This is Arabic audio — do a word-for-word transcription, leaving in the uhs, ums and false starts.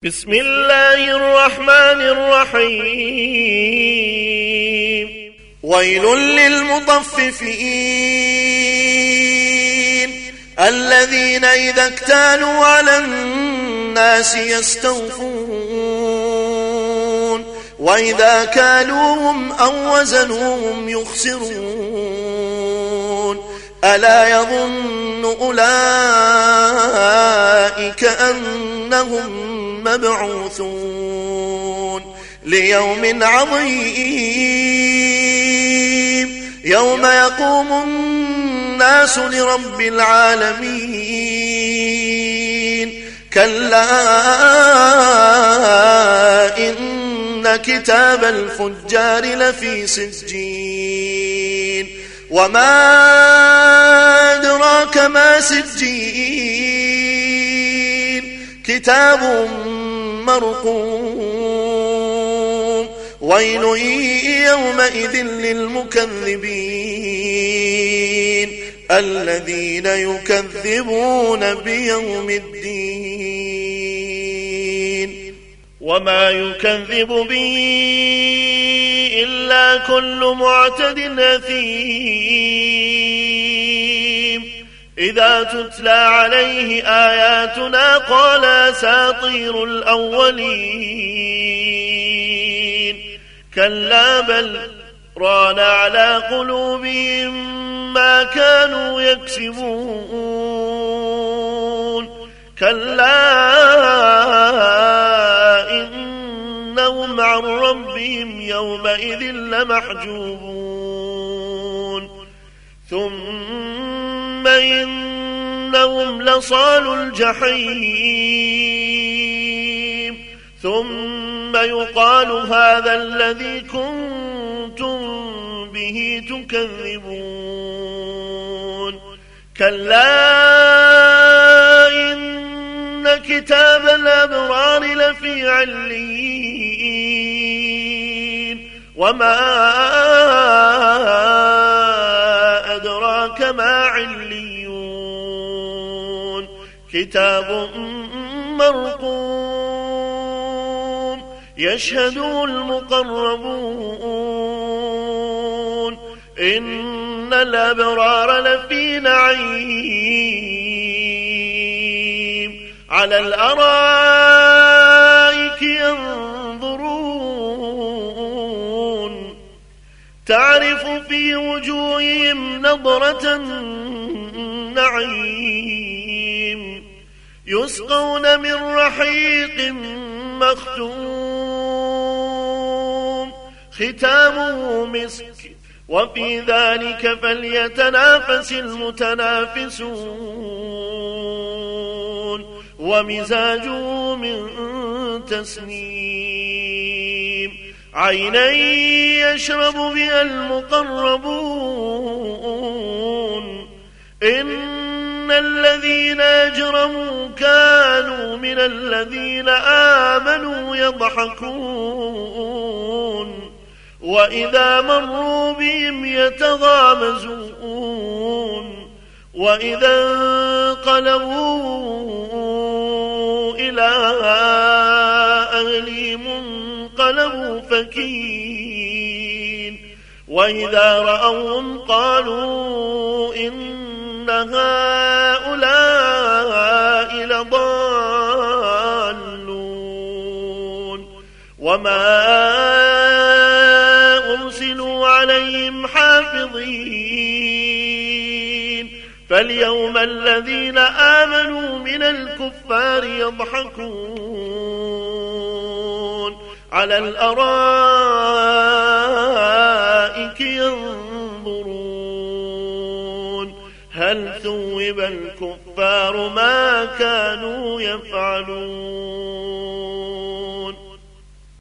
بسم الله الرحمن الرحيم ويل للمطففين الذين إذا اكتالوا على الناس يستوفون وإذا كالوهم أو وزنوهم يخسرون ألا يظن أولئك أنهم مبعوثون ليوم عظيم يوم يقوم الناس لرب العالمين كلا إن كتاب الفجار لفي سجين وما أدراك ما سجين كتاب مرقوم ويل يومئذ للمكذبين الذين يكذبون بيوم الدين وما يكذب به إلا كل معتد أثيم إذا تتلى عليه آياتنا قال أساطير الأولين كلا بل ران على قلوبهم ما كانوا يكسبون كلا إنهم عن ربهم يومئذ لمحجوبون ثم إنهم لصالوا الجحيم ثم يقال هذا الذي كنتم به تكذبون كلا إن كتاب الأبرار لفي عليين وما أدراك ما عليون كتاب مرقوم يشهده المقربون إن الأبرار لفي نعيم على الأرائك ينظرون تعرف في وجوههم نضرة النعيم يسقون من رحيق مختوم ختامه مسك وفي ذلك فليتنافس المتنافسون ومزاجه من تسنيم عينا يشرب بها المقربون إن الذين أجرموا كانوا من الذين آمنوا يضحكون وإذا مروا بهم يتغامزون وإذا انقلبوا إلى أهلهم انقلبوا فكين وإذا رأوهم قالوا إن هؤلاء لضالون وما أرسلوا عليهم حافظين فاليوم الذين آمنوا من الكفار يضحكون على الأرائك ينظرون هل ثوب الكفار ما كانوا يفعلون